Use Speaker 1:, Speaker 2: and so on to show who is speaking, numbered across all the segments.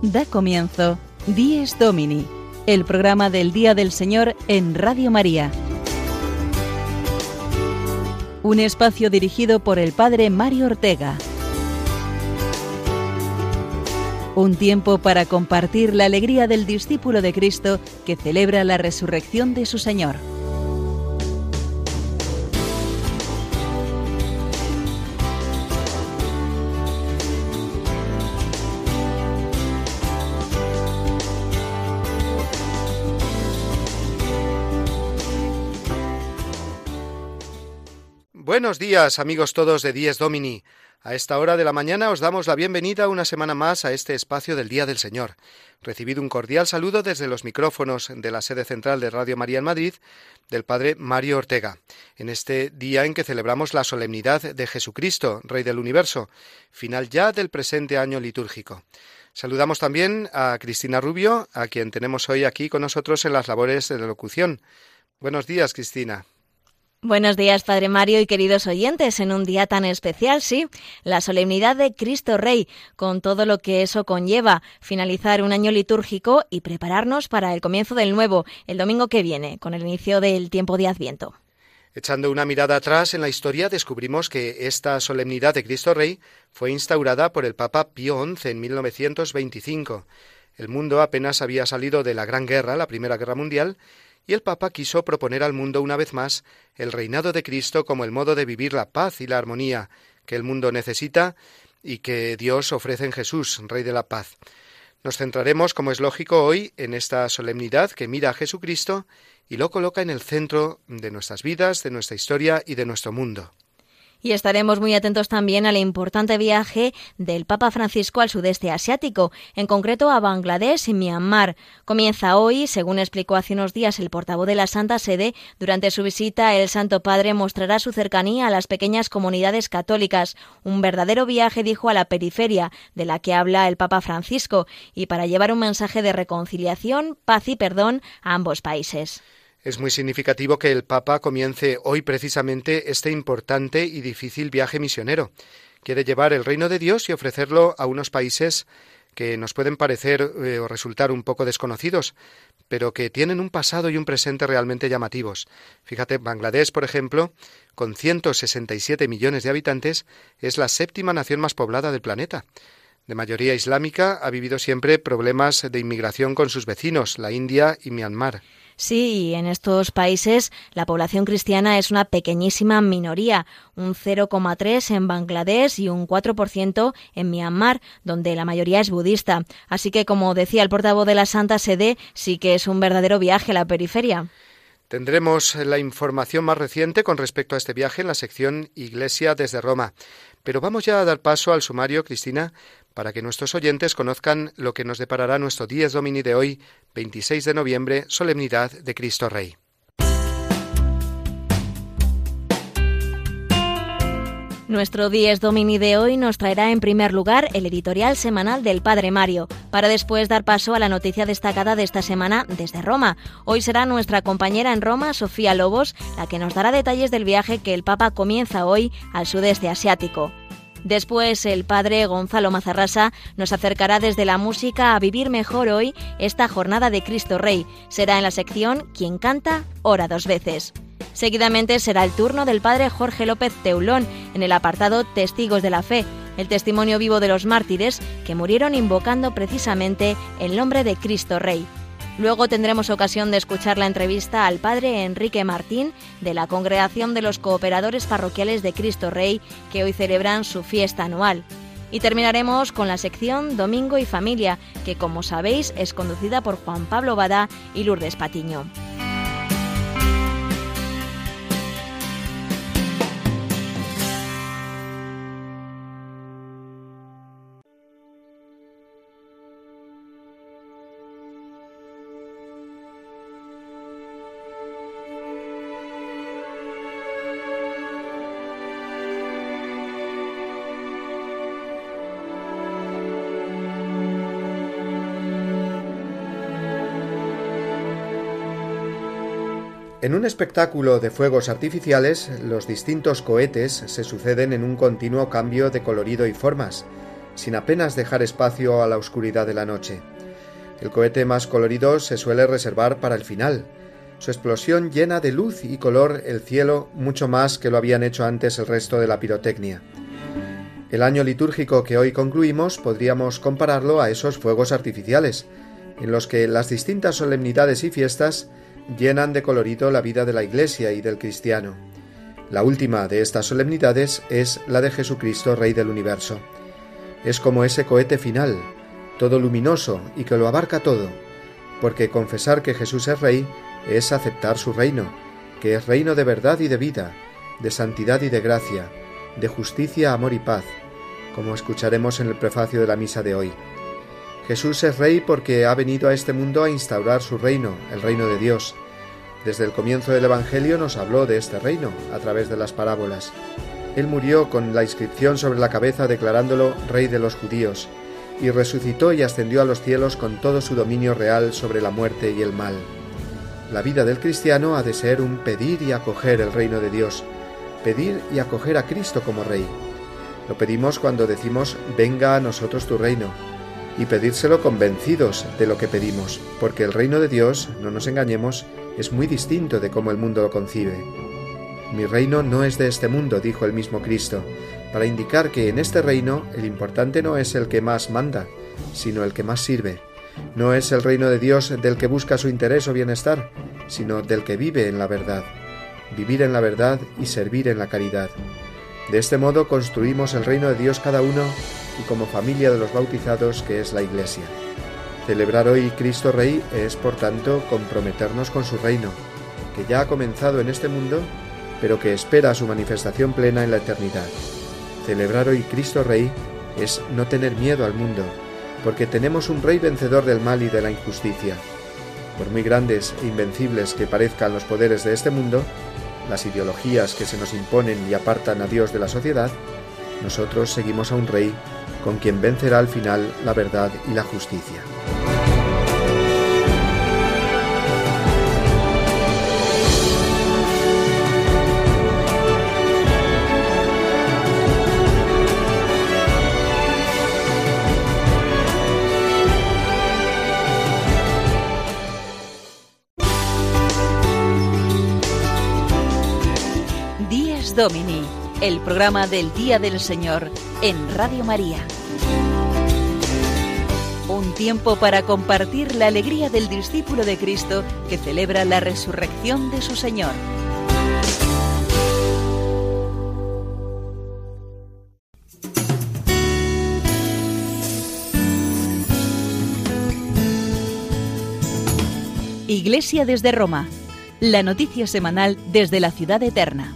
Speaker 1: Da comienzo Dies Domini, el programa del Día del Señor en Radio María. Un espacio dirigido por el Padre Mario Ortega. Un tiempo para compartir la alegría del discípulo de Cristo que celebra la resurrección de su Señor.
Speaker 2: Buenos días, amigos todos de Dies Domini. A esta hora de la mañana os damos la bienvenida una semana más a este espacio del Día del Señor. Recibid un cordial saludo desde los micrófonos de la sede central de Radio María en Madrid, del Padre Mario Ortega, en este día en que celebramos la solemnidad de Jesucristo, Rey del Universo, final ya del presente año litúrgico. Saludamos también a Cristina Rubio, a quien tenemos hoy aquí con nosotros en las labores de locución. Buenos días, Cristina.
Speaker 3: Buenos días, Padre Mario y queridos oyentes, en un día tan especial, sí, la solemnidad de Cristo Rey, con todo lo que eso conlleva, finalizar un año litúrgico y prepararnos para el comienzo del nuevo, el domingo que viene, con el inicio del tiempo de Adviento.
Speaker 2: Echando una mirada atrás en la historia, descubrimos que esta solemnidad de Cristo Rey fue instaurada por el Papa Pío XI en 1925. El mundo apenas había salido de la Gran Guerra, la Primera Guerra Mundial, y el Papa quiso proponer al mundo una vez más el reinado de Cristo como el modo de vivir la paz y la armonía que el mundo necesita y que Dios ofrece en Jesús, Rey de la Paz. Nos centraremos, como es lógico hoy, en esta solemnidad que mira a Jesucristo y lo coloca en el centro de nuestras vidas, de nuestra historia y de nuestro mundo.
Speaker 3: Y estaremos muy atentos también al importante viaje del Papa Francisco al sudeste asiático, en concreto a Bangladesh y Myanmar. Comienza hoy, según explicó hace unos días el portavoz de la Santa Sede. Durante su visita, el Santo Padre mostrará su cercanía a las pequeñas comunidades católicas. Un verdadero viaje, dijo, a la periferia, de la que habla el Papa Francisco, y para llevar un mensaje de reconciliación, paz y perdón a ambos países.
Speaker 2: Es muy significativo que el Papa comience hoy precisamente este importante y difícil viaje misionero. Quiere llevar el reino de Dios y ofrecerlo a unos países que nos pueden parecer o resultar un poco desconocidos, pero que tienen un pasado y un presente realmente llamativos. Fíjate, Bangladesh, por ejemplo, con 167 millones de habitantes, es la séptima nación más poblada del planeta. De mayoría islámica, ha vivido siempre problemas de inmigración con sus vecinos, la India y Myanmar.
Speaker 3: Sí, y en estos países la población cristiana es una pequeñísima minoría, un 0,3% en Bangladesh y un 4% en Myanmar, donde la mayoría es budista. Así que, como decía el portavoz de la Santa Sede, sí que es un verdadero viaje a la periferia.
Speaker 2: Tendremos la información más reciente con respecto a este viaje en la sección Iglesia desde Roma. Pero vamos ya a dar paso al sumario, Cristina, para que nuestros oyentes conozcan lo que nos deparará nuestro Dies Domini de hoy, 26 de noviembre, solemnidad de Cristo Rey.
Speaker 3: Nuestro Dies Domini de hoy nos traerá en primer lugar el editorial semanal del Padre Mario, para después dar paso a la noticia destacada de esta semana desde Roma. Hoy será nuestra compañera en Roma, Sofía Lobos, la que nos dará detalles del viaje que el Papa comienza hoy al sudeste asiático. Después, el Padre Gonzalo Mazarrasa nos acercará desde la música a vivir mejor hoy esta jornada de Cristo Rey. Será en la sección Quien canta, ora dos veces. Seguidamente será el turno del Padre Jorge López Teulón en el apartado Testigos de la Fe, el testimonio vivo de los mártires que murieron invocando precisamente el nombre de Cristo Rey. Luego tendremos ocasión de escuchar la entrevista al Padre Enrique Martín de la Congregación de los Cooperadores Parroquiales de Cristo Rey, que hoy celebran su fiesta anual. Y terminaremos con la sección Domingo y Familia, que como sabéis es conducida por Juan Pablo Bada y Lourdes Patiño.
Speaker 2: En un espectáculo de fuegos artificiales, los distintos cohetes se suceden en un continuo cambio de colorido y formas. sin apenas dejar espacio a la oscuridad de la noche. El cohete más colorido se suele reservar para el final. Su explosión llena de luz y color el cielo mucho más que lo habían hecho antes el resto de la pirotecnia. El año litúrgico que hoy concluimos podríamos compararlo a esos fuegos artificiales, en los que las distintas solemnidades y fiestas llenan de colorido la vida de la Iglesia y del cristiano. La última de estas solemnidades es la de Jesucristo, Rey del Universo. Es como ese cohete final, todo luminoso y que lo abarca todo, porque confesar que Jesús es Rey es aceptar su reino, que es reino de verdad y de vida, de santidad y de gracia, de justicia, amor y paz, como escucharemos en el prefacio de la misa de hoy. Jesús es Rey porque ha venido a este mundo a instaurar su reino, el reino de Dios. Desde el comienzo del Evangelio nos habló de este reino, a través de las parábolas. Él murió con la inscripción sobre la cabeza declarándolo Rey de los judíos, y resucitó y ascendió a los cielos con todo su dominio real sobre la muerte y el mal. La vida del cristiano ha de ser un pedir y acoger el reino de Dios, pedir y acoger a Cristo como Rey. Lo pedimos cuando decimos «Venga a nosotros tu reino», y pedírselo convencidos de lo que pedimos, porque el reino de Dios, no nos engañemos, es muy distinto de cómo el mundo lo concibe. «Mi reino no es de este mundo», dijo el mismo Cristo, para indicar que en este reino el importante no es el que más manda, sino el que más sirve. No es el reino de Dios del que busca su interés o bienestar, sino del que vive en la verdad. Vivir en la verdad y servir en la caridad. De este modo construimos el reino de Dios cada uno y como familia de los bautizados, que es la Iglesia. Celebrar hoy Cristo Rey es, por tanto, comprometernos con su reino, que ya ha comenzado en este mundo, pero que espera su manifestación plena en la eternidad. Celebrar hoy Cristo Rey es no tener miedo al mundo, porque tenemos un Rey vencedor del mal y de la injusticia. Por muy grandes e invencibles que parezcan los poderes de este mundo, las ideologías que se nos imponen y apartan a Dios de la sociedad, nosotros seguimos a un Rey con quien vencerá al final la verdad y la justicia.
Speaker 1: Dies Domini, el programa del Día del Señor en Radio María. Un tiempo para compartir la alegría del discípulo de Cristo que celebra la resurrección de su Señor. Iglesia desde Roma, la noticia semanal desde la ciudad eterna.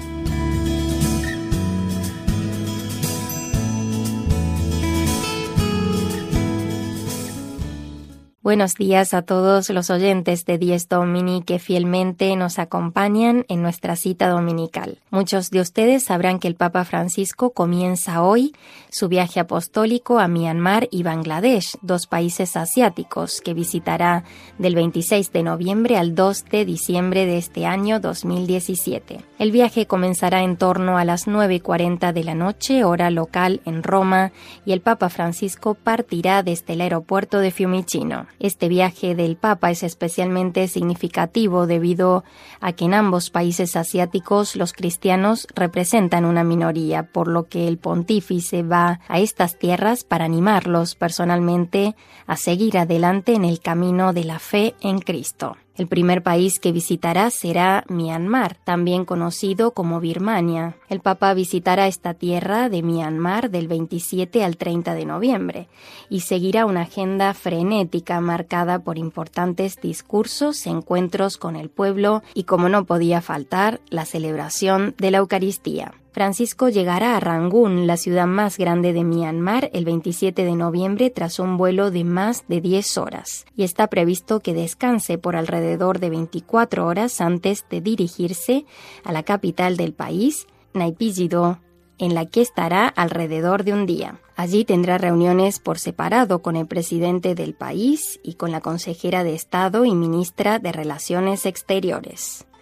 Speaker 4: Buenos días a todos los oyentes de Dies Domini que fielmente nos acompañan en nuestra cita dominical. Muchos de ustedes sabrán que el Papa Francisco comienza hoy su viaje apostólico a Myanmar y Bangladesh, dos países asiáticos, que visitará del 26 de noviembre al 2 de diciembre de este año 2017. El viaje comenzará en torno a las 9:40 de la noche, hora local en Roma, y el Papa Francisco partirá desde el aeropuerto de Fiumicino. Este viaje del Papa es especialmente significativo debido a que en ambos países asiáticos los cristianos representan una minoría, por lo que el pontífice va a estas tierras para animarlos personalmente a seguir adelante en el camino de la fe en Cristo. El primer país que visitará será Myanmar, también conocido como Birmania. El Papa visitará esta tierra de Myanmar del 27 al 30 de noviembre y seguirá una agenda frenética marcada por importantes discursos, encuentros con el pueblo y, como no podía faltar, la celebración de la Eucaristía. Francisco llegará a Rangún, la ciudad más grande de Myanmar, el 27 de noviembre tras un vuelo de más de 10 horas, y está previsto que descanse por alrededor de 24 horas antes de dirigirse a la capital del país, Naypyidaw, en la que estará alrededor de un día. Allí tendrá reuniones por separado con el presidente del país y con la consejera de Estado y ministra de Relaciones Exteriores.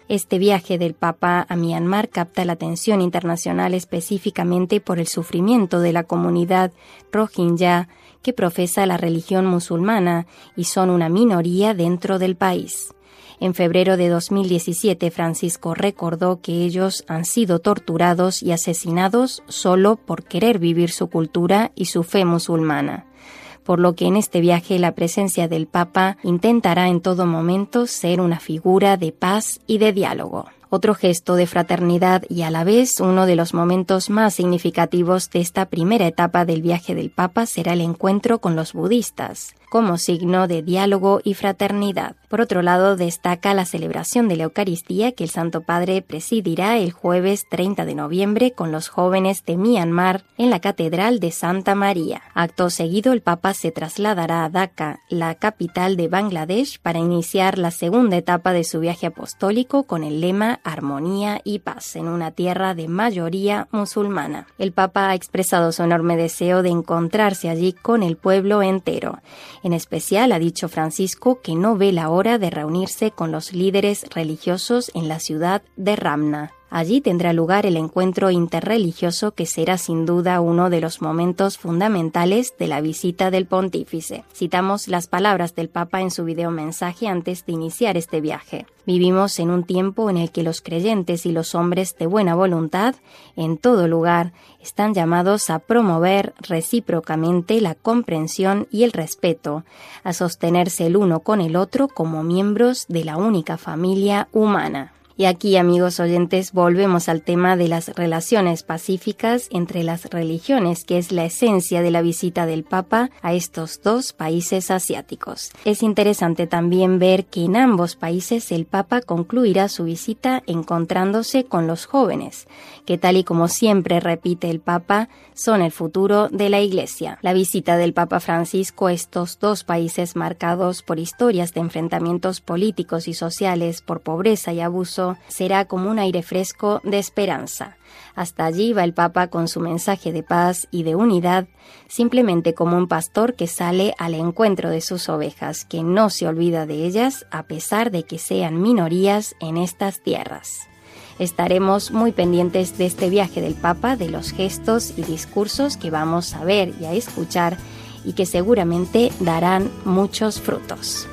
Speaker 4: Este viaje del Papa a Myanmar capta la atención internacional específicamente por el sufrimiento de la comunidad Rohingya, que profesa la religión musulmana y son una minoría dentro del país. En febrero de 2017, Francisco recordó que ellos han sido torturados y asesinados solo por querer vivir su cultura y su fe musulmana, por lo que en este viaje la presencia del Papa intentará en todo momento ser una figura de paz y de diálogo. Otro gesto de fraternidad y a la vez uno de los momentos más significativos de esta primera etapa del viaje del Papa será el encuentro con los budistas, como signo de diálogo y fraternidad. Por otro lado, destaca la celebración de la Eucaristía que el Santo Padre presidirá el jueves 30 de noviembre con los jóvenes de Myanmar en la Catedral de Santa María. Acto seguido, el Papa se trasladará a Dhaka, la capital de Bangladesh, para iniciar la segunda etapa de su viaje apostólico con el lema Armonía y Paz en una tierra de mayoría musulmana. El Papa ha expresado su enorme deseo de encontrarse allí con el pueblo entero. En especial, ha dicho Francisco que no ve la hora de reunirse con los líderes religiosos en la ciudad de Ramna. Allí tendrá lugar el encuentro interreligioso que será sin duda uno de los momentos fundamentales de la visita del pontífice. Citamos las palabras del Papa en su videomensaje antes de iniciar este viaje. Vivimos en un tiempo en el que los creyentes y los hombres de buena voluntad, en todo lugar, están llamados a promover recíprocamente la comprensión y el respeto, a sostenerse el uno con el otro como miembros de la única familia humana. Y aquí, amigos oyentes, volvemos al tema de las relaciones pacíficas entre las religiones, que es la esencia de la visita del Papa a estos dos países asiáticos. Es interesante también ver que en ambos países el Papa concluirá su visita encontrándose con los jóvenes, que tal y como siempre repite el Papa, son el futuro de la Iglesia. La visita del Papa Francisco a estos dos países marcados por historias de enfrentamientos políticos y sociales, por pobreza y abuso, será como un aire fresco de esperanza. Hasta allí va el Papa con su mensaje de paz y de unidad, simplemente como un pastor que sale al encuentro de sus ovejas, que no se olvida de ellas a pesar de que sean minorías en estas tierras. Estaremos muy pendientes de este viaje del Papa, de los gestos y discursos que vamos a ver y a escuchar y que seguramente darán muchos frutos.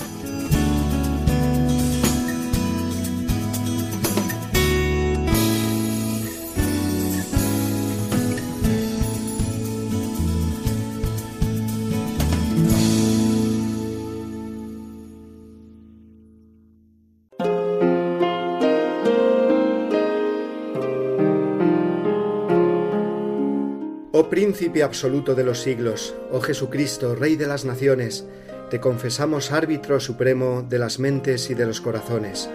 Speaker 2: Oh Príncipe absoluto de los siglos, oh Jesucristo, Rey de las naciones, te confesamos árbitro supremo de las mentes y de los corazones.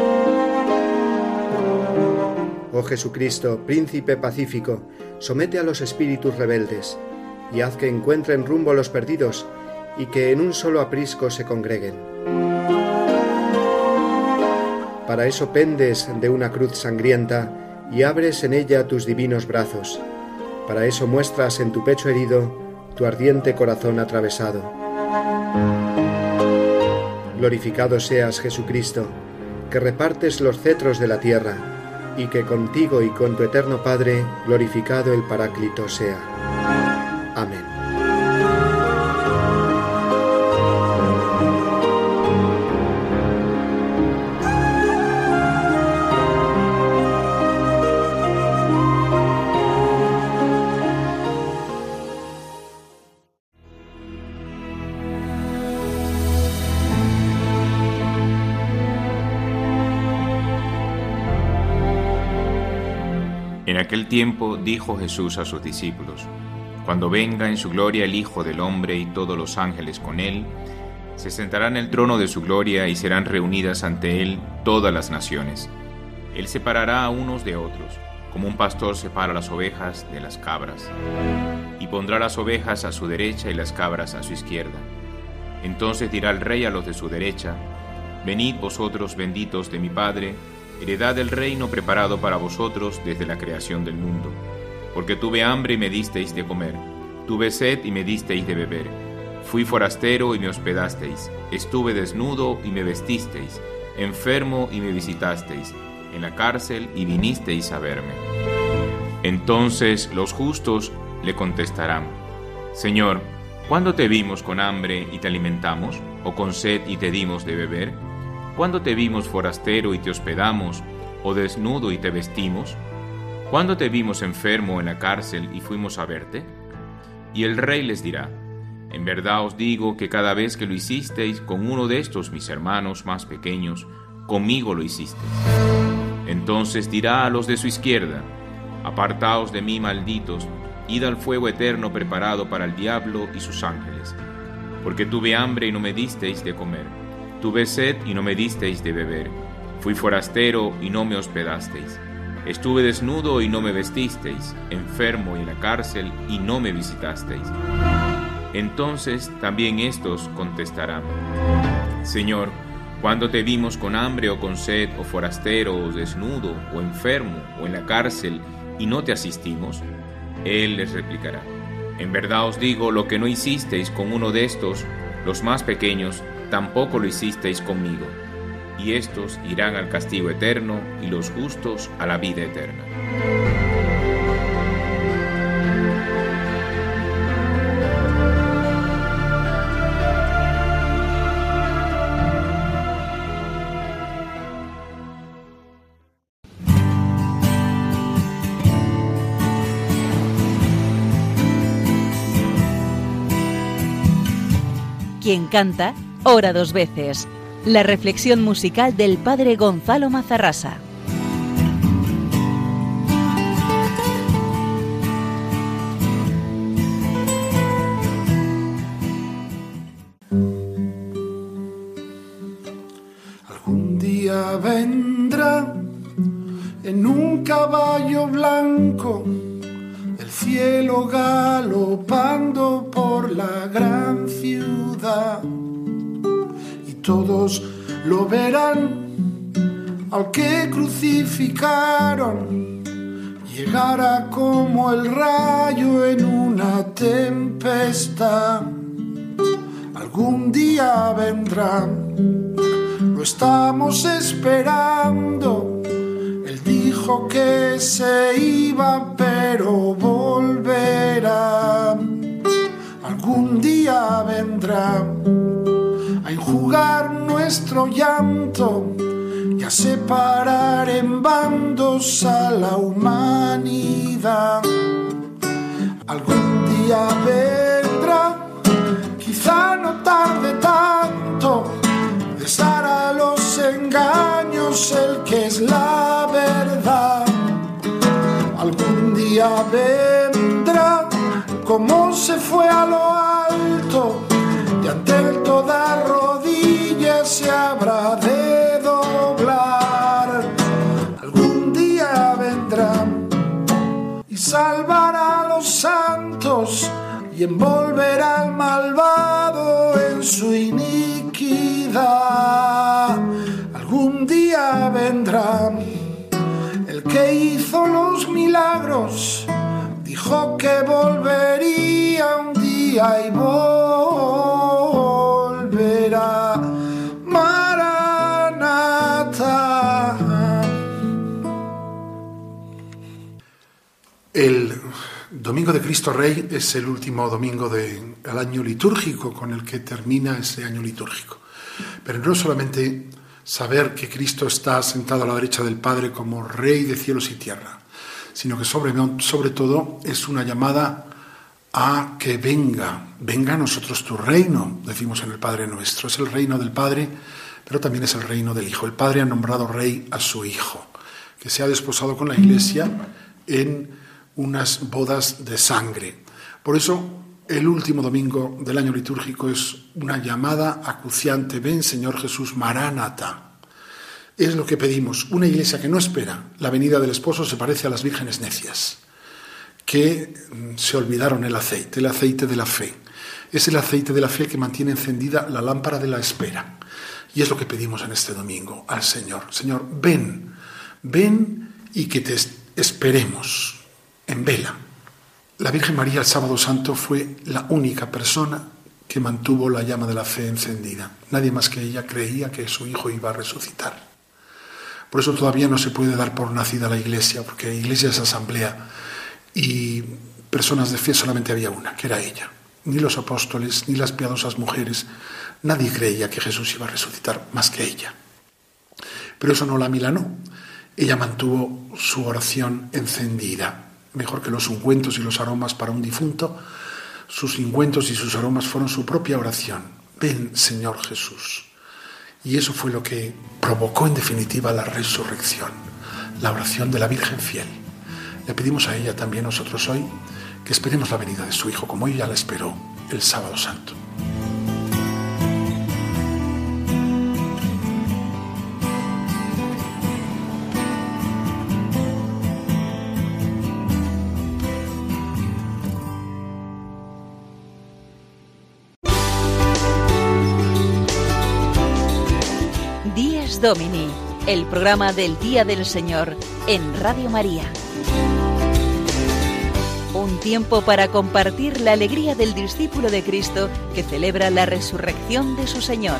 Speaker 2: Oh Jesucristo, Príncipe pacífico, somete a los espíritus rebeldes, y haz que encuentren rumbo los perdidos, y que en un solo aprisco se congreguen. Para eso pendes de una cruz sangrienta, y abres en ella tus divinos brazos. Para eso muestras en tu pecho herido tu ardiente corazón atravesado. Glorificado seas, Jesucristo, que repartes los cetros de la tierra, y que contigo y con tu eterno Padre glorificado el Paráclito sea. Amén.
Speaker 5: En aquel tiempo dijo Jesús a sus discípulos: Cuando venga en su gloria el Hijo del Hombre y todos los ángeles con él, se sentará en el trono de su gloria y serán reunidas ante él todas las naciones. Él separará a unos de otros, como un pastor separa las ovejas de las cabras, y pondrá las ovejas a su derecha y las cabras a su izquierda. Entonces dirá el rey a los de su derecha: Venid vosotros benditos de mi Padre, heredad del reino preparado para vosotros desde la creación del mundo. Porque tuve hambre y me disteis de comer, tuve sed y me disteis de beber, fui forastero y me hospedasteis, estuve desnudo y me vestisteis, enfermo y me visitasteis, en la cárcel y vinisteis a verme. Entonces los justos le contestarán: Señor, ¿cuándo te vimos con hambre y te alimentamos, o con sed y te dimos de beber? ¿Cuándo te vimos forastero y te hospedamos, o desnudo y te vestimos? ¿Cuándo te vimos enfermo en la cárcel y fuimos a verte? Y el rey les dirá: En verdad os digo que cada vez que lo hicisteis con uno de estos mis hermanos más pequeños, conmigo lo hicisteis. Entonces dirá a los de su izquierda: Apartaos de mí, malditos, id al fuego eterno preparado para el diablo y sus ángeles. Porque tuve hambre y no me disteis de comer, tuve sed y no me disteis de beber, fui forastero y no me hospedasteis, estuve desnudo y no me vestisteis, enfermo y en la cárcel y no me visitasteis. Entonces también estos contestarán: Señor, ¿cuándo te vimos con hambre o con sed, o forastero, o desnudo, o enfermo, o en la cárcel, y no te asistimos? Él les replicará: En verdad os digo, lo que no hicisteis con uno de estos, los más pequeños, tampoco lo hicisteis conmigo. Y estos irán al castigo eterno, y los justos a la vida eterna.
Speaker 1: Quien canta, ora dos veces. La reflexión musical del padre Gonzalo Mazarrasa.
Speaker 6: Algún día vendrá en un caballo blanco, el cielo galopando por la gran ciudad, y todos lo verán al que crucificaron, llegará como el rayo en una tempestad. Algún día vendrá, lo estamos esperando. Él dijo que se iba, pero volverá. Algún día vendrá a enjugar nuestro llanto y a separar en bandos a la humanidad. Algún día vendrá, quizá no tarde tanto, besar a los engaños el que es la verdad. Algún día vendrá, como se fue a lo alto, y ante él toda rodilla se habrá de doblar. Algún día vendrá y salvará a los santos y envolverá al malvado en su iniquidad. Algún día vendrá el que hizo los milagros, dijo que volvería un día y volverá. Maranatha.
Speaker 7: El Domingo de Cristo Rey es el último domingo del año litúrgico con el que termina ese año litúrgico. Pero no solamente saber que Cristo está sentado a la derecha del Padre como Rey de cielos y tierra, sino que sobre todo es una llamada a que venga a nosotros tu reino, decimos en el Padre Nuestro. Es el reino del Padre, pero también es el reino del Hijo. El Padre ha nombrado Rey a su Hijo, que se ha desposado con la Iglesia en unas bodas de sangre. Por eso, el último domingo del año litúrgico es una llamada acuciante: ven, Señor Jesús, Maranatha. Es lo que pedimos. Una iglesia que no espera la venida del esposo se parece a las vírgenes necias, que se olvidaron el aceite de la fe. Es el aceite de la fe que mantiene encendida la lámpara de la espera. Y es lo que pedimos en este domingo al Señor. Señor, ven y que te esperemos en vela. La Virgen María el Sábado Santo fue la única persona que mantuvo la llama de la fe encendida. Nadie más que ella creía que su hijo iba a resucitar. Por eso todavía no se puede dar por nacida la Iglesia, porque la Iglesia es asamblea y personas de fe solamente había una, que era ella. Ni los apóstoles, ni las piadosas mujeres, nadie creía que Jesús iba a resucitar más que ella. Pero eso no la amilanó. Ella mantuvo su oración encendida. Mejor que los ungüentos y los aromas para un difunto, sus ungüentos y sus aromas fueron su propia oración. Ven, Señor Jesús. Y eso fue lo que provocó en definitiva la resurrección, la oración de la Virgen fiel. Le pedimos a ella también nosotros hoy que esperemos la venida de su Hijo como ella la esperó el Sábado Santo.
Speaker 1: Dies Domini, el programa del Día del Señor en Radio María. Un tiempo para compartir la alegría del discípulo de Cristo que celebra la resurrección de su Señor.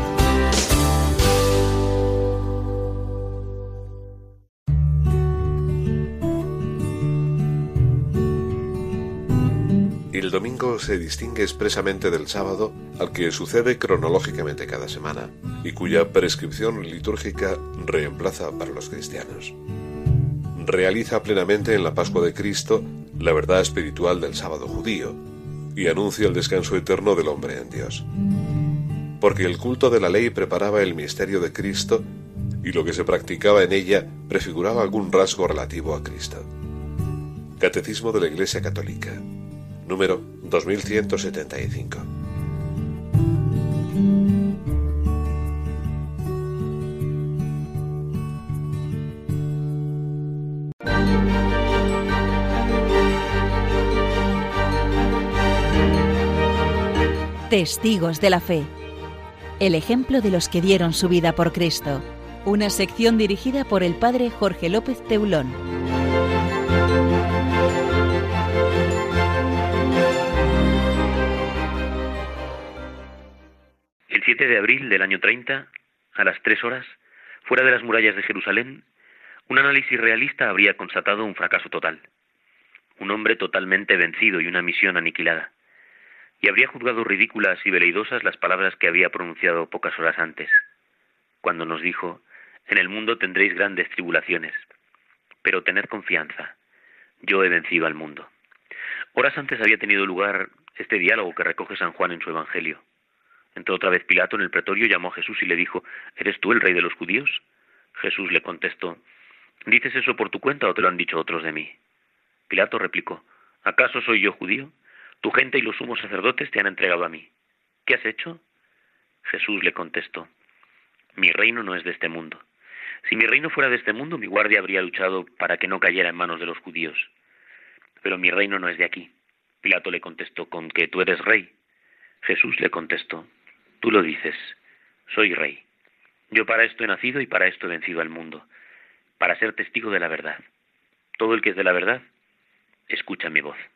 Speaker 8: El domingo se distingue expresamente del sábado, al que sucede cronológicamente cada semana, y cuya prescripción litúrgica reemplaza para los cristianos. Realiza plenamente en la Pascua de Cristo la verdad espiritual del sábado judío, y anuncia el descanso eterno del hombre en Dios. Porque el culto de la ley preparaba el misterio de Cristo, y lo que se practicaba en ella prefiguraba algún rasgo relativo a Cristo. Catecismo de la Iglesia Católica, número 2175.
Speaker 1: Testigos de la Fe. El ejemplo de los que dieron su vida por Cristo. Una sección dirigida por el padre Jorge López Teulón.
Speaker 9: El 7 de abril del año 30, a las 3 horas, fuera de las murallas de Jerusalén, un análisis realista habría constatado un fracaso total. Un hombre totalmente vencido y una misión aniquilada. Y habría juzgado ridículas y veleidosas las palabras que había pronunciado pocas horas antes, cuando nos dijo: «En el mundo tendréis grandes tribulaciones, pero tened confianza, yo he vencido al mundo». Horas antes había tenido lugar este diálogo que recoge San Juan en su Evangelio. Entró otra vez Pilato en el pretorio, llamó a Jesús y le dijo: «¿Eres tú el rey de los judíos?». Jesús le contestó: «¿Dices eso por tu cuenta o te lo han dicho otros de mí?». Pilato replicó: «¿Acaso soy yo judío? Tu gente y los sumos sacerdotes te han entregado a mí. ¿Qué has hecho?». Jesús le contestó: «Mi reino no es de este mundo. Si mi reino fuera de este mundo, mi guardia habría luchado para que no cayera en manos de los judíos. Pero mi reino no es de aquí». Pilato le contestó: «¿Con que tú eres rey?». Jesús le contestó: «Tú lo dices, soy rey. Yo para esto he nacido y para esto he vencido al mundo, para ser testigo de la verdad. Todo el que es de la verdad, escucha mi voz».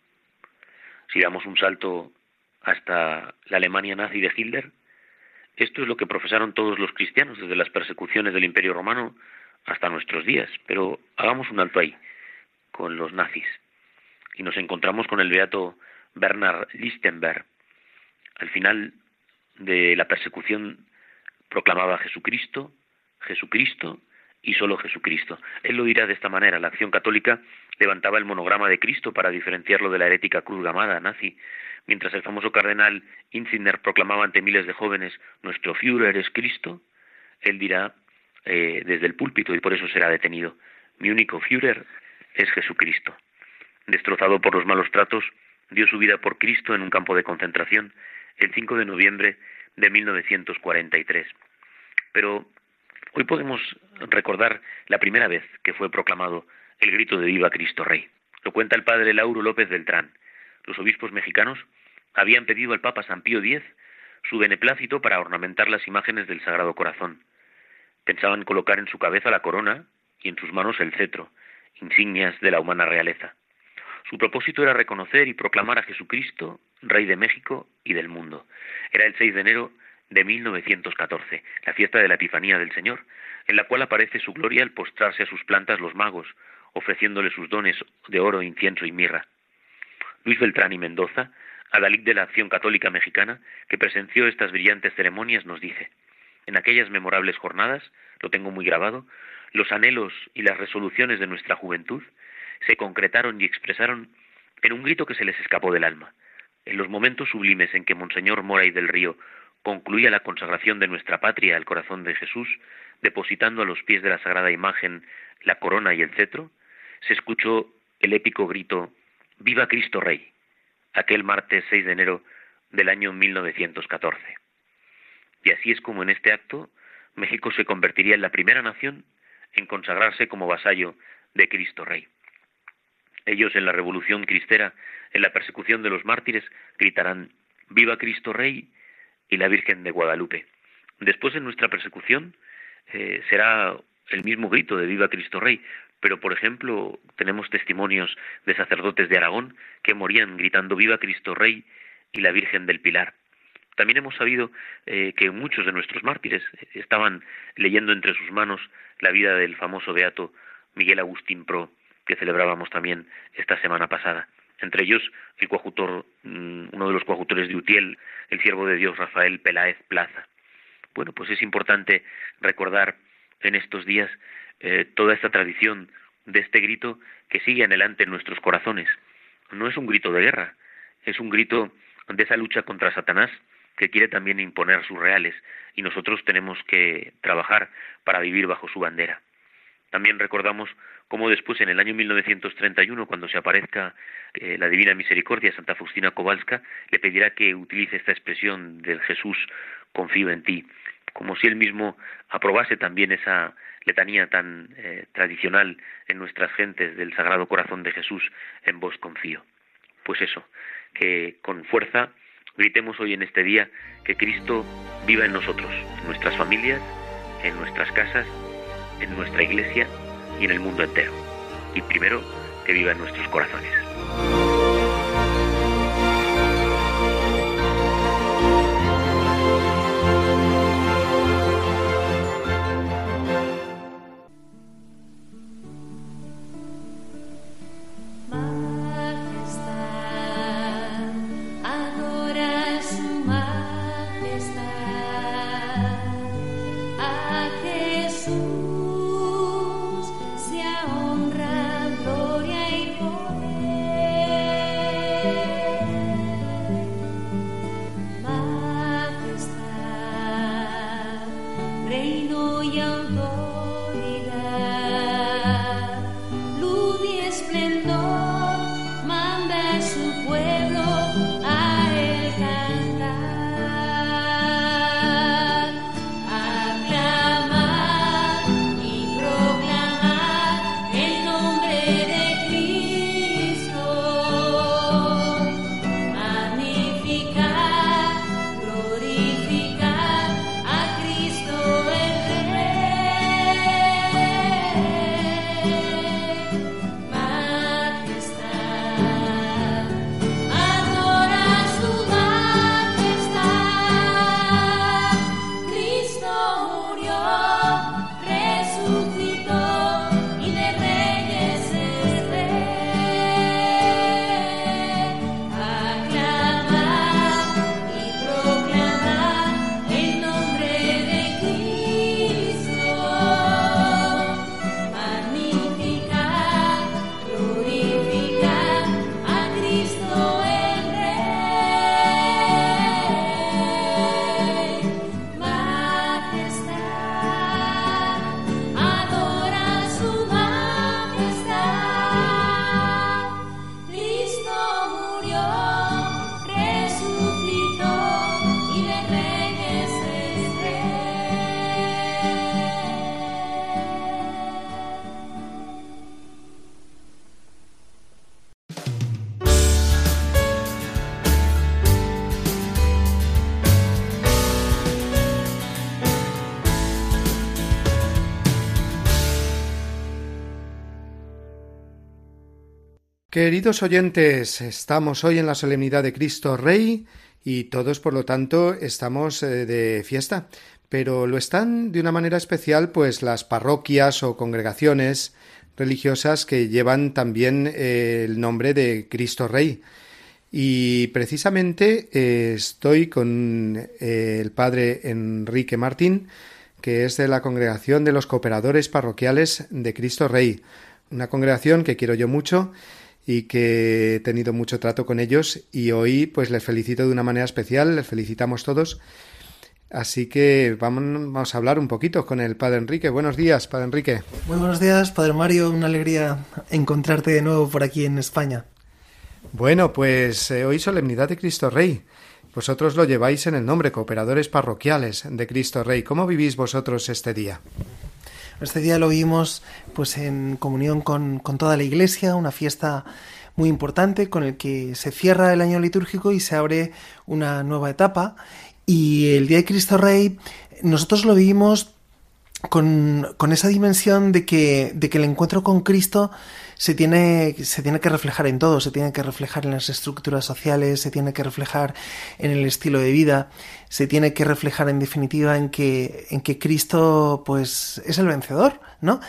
Speaker 9: Si damos un salto hasta la Alemania nazi de Hitler, esto es lo que profesaron todos los cristianos desde las persecuciones del Imperio Romano hasta nuestros días. Pero hagamos un alto ahí, con los nazis, y nos encontramos con el beato Bernhard Lichtenberg. Al final de la persecución proclamaba Jesucristo, Jesucristo y solo Jesucristo. Él lo dirá de esta manera: la Acción Católica levantaba el monograma de Cristo para diferenciarlo de la herética cruz gamada nazi, mientras el famoso cardenal Inzigner proclamaba ante miles de jóvenes: «Nuestro Führer es Cristo». Él dirá desde el púlpito, y por eso será detenido: «Mi único Führer es Jesucristo». Destrozado por los malos tratos, dio su vida por Cristo en un campo de concentración el 5 de noviembre de 1943. Pero hoy podemos recordar la primera vez que fue proclamado el grito de «Viva Cristo Rey». Lo cuenta el padre Lauro López Beltrán. Los obispos mexicanos habían pedido al Papa San Pío X su beneplácito para ornamentar las imágenes del Sagrado Corazón. Pensaban colocar en su cabeza la corona y en sus manos el cetro, insignias de la humana realeza. Su propósito era reconocer y proclamar a Jesucristo, Rey de México y del mundo. Era el 6 de enero de 1914, la fiesta de la Epifanía del Señor, en la cual aparece su gloria al postrarse a sus plantas los magos, ofreciéndole sus dones de oro, incienso y mirra. Luis Beltrán y Mendoza, adalid de la Acción Católica Mexicana, que presenció estas brillantes ceremonias, nos dice: en aquellas memorables jornadas, lo tengo muy grabado, los anhelos y las resoluciones de nuestra juventud se concretaron y expresaron en un grito que se les escapó del alma. En los momentos sublimes en que Monseñor Moray del Río concluía la consagración de nuestra patria al corazón de Jesús, depositando a los pies de la sagrada imagen la corona y el cetro, se escuchó el épico grito «¡Viva Cristo Rey!», aquel martes 6 de enero del año 1914. Y así es como en este acto México se convertiría en la primera nación en consagrarse como vasallo de Cristo Rey. Ellos en la Revolución Cristera, en la persecución de los mártires, gritarán «¡Viva Cristo Rey!» y la Virgen de Guadalupe. Después en nuestra persecución será el mismo grito de «Viva Cristo Rey», pero por ejemplo tenemos testimonios de sacerdotes de Aragón que morían gritando «Viva Cristo Rey» y la Virgen del Pilar. También hemos sabido que muchos de nuestros mártires estaban leyendo entre sus manos la vida del famoso beato Miguel Agustín Pro, que celebrábamos también esta semana pasada. Entre ellos el coadjutor, uno de los coadjutores de Utiel, el siervo de Dios Rafael Peláez Plaza. Bueno, pues es importante recordar en estos días toda esta tradición de este grito que sigue adelante en nuestros corazones. No es un grito de guerra, es un grito de esa lucha contra Satanás, que quiere también imponer sus reales, y nosotros tenemos que trabajar para vivir bajo su bandera. También recordamos cómo después, en el año 1931, cuando se aparezca la Divina Misericordia, Santa Faustina Kowalska le pedirá que utilice esta expresión del Jesús, confío en ti, como si él mismo aprobase también esa letanía tan tradicional en nuestras gentes del Sagrado Corazón de Jesús, en vos confío. Pues eso, que con fuerza gritemos hoy en este día que Cristo viva en nosotros, en nuestras familias, en nuestras casas, en nuestra iglesia y en el mundo entero. Y primero, que viva en nuestros corazones.
Speaker 2: Queridos oyentes, estamos hoy en la solemnidad de Cristo Rey y todos, por lo tanto, estamos de fiesta. Pero lo están de una manera especial pues las parroquias o congregaciones religiosas que llevan también el nombre de Cristo Rey. Y precisamente estoy con el padre Enrique Martín, que es de la Congregación de los Cooperadores Parroquiales de Cristo Rey, una congregación que quiero yo mucho y que he tenido mucho trato con ellos, y hoy pues les felicito de una manera especial, les felicitamos todos. Así que vamos a hablar un poquito con el Padre Enrique. Buenos días, Padre Enrique.
Speaker 10: Muy buenos días, Padre Mario. Una alegría encontrarte de nuevo por aquí en España.
Speaker 2: Bueno, pues hoy solemnidad de Cristo Rey. Vosotros lo lleváis en el nombre, Cooperadores Parroquiales de Cristo Rey. ¿Cómo vivís vosotros este día?
Speaker 10: Este día lo vivimos pues en comunión con toda la Iglesia, una fiesta muy importante con el que se cierra el año litúrgico y se abre una nueva etapa. Y el Día de Cristo Rey nosotros lo vivimos con esa dimensión de que el encuentro con Cristo se tiene que reflejar en todo, se tiene que reflejar en las estructuras sociales, se tiene que reflejar en el estilo de vida, se tiene que reflejar en definitiva en que Cristo pues es el vencedor, ¿no?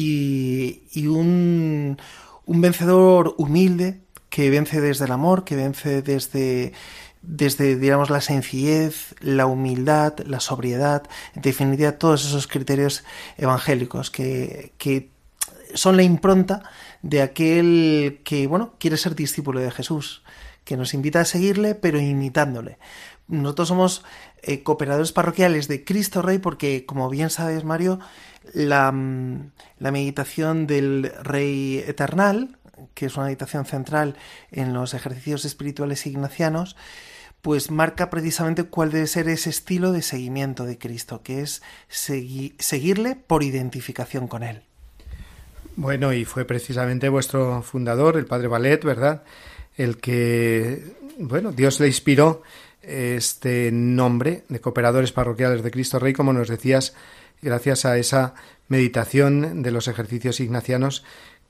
Speaker 10: Y un vencedor humilde que vence desde el amor, que vence desde digamos la sencillez, la humildad, la sobriedad, en definitiva todos esos criterios evangélicos que son la impronta de aquel que quiere ser discípulo de Jesús, que nos invita a seguirle pero imitándole. Nosotros somos cooperadores parroquiales de Cristo Rey porque, como bien sabes, Mario, la meditación del Rey Eternal, que es una meditación central en los ejercicios espirituales ignacianos, pues marca precisamente cuál debe ser ese estilo de seguimiento de Cristo, que es seguirle por identificación con Él.
Speaker 2: Bueno, y fue precisamente vuestro fundador, el Padre Vallet, ¿verdad?, el que, Dios le inspiró este nombre de Cooperadores Parroquiales de Cristo Rey, como nos decías, gracias a esa meditación de los ejercicios ignacianos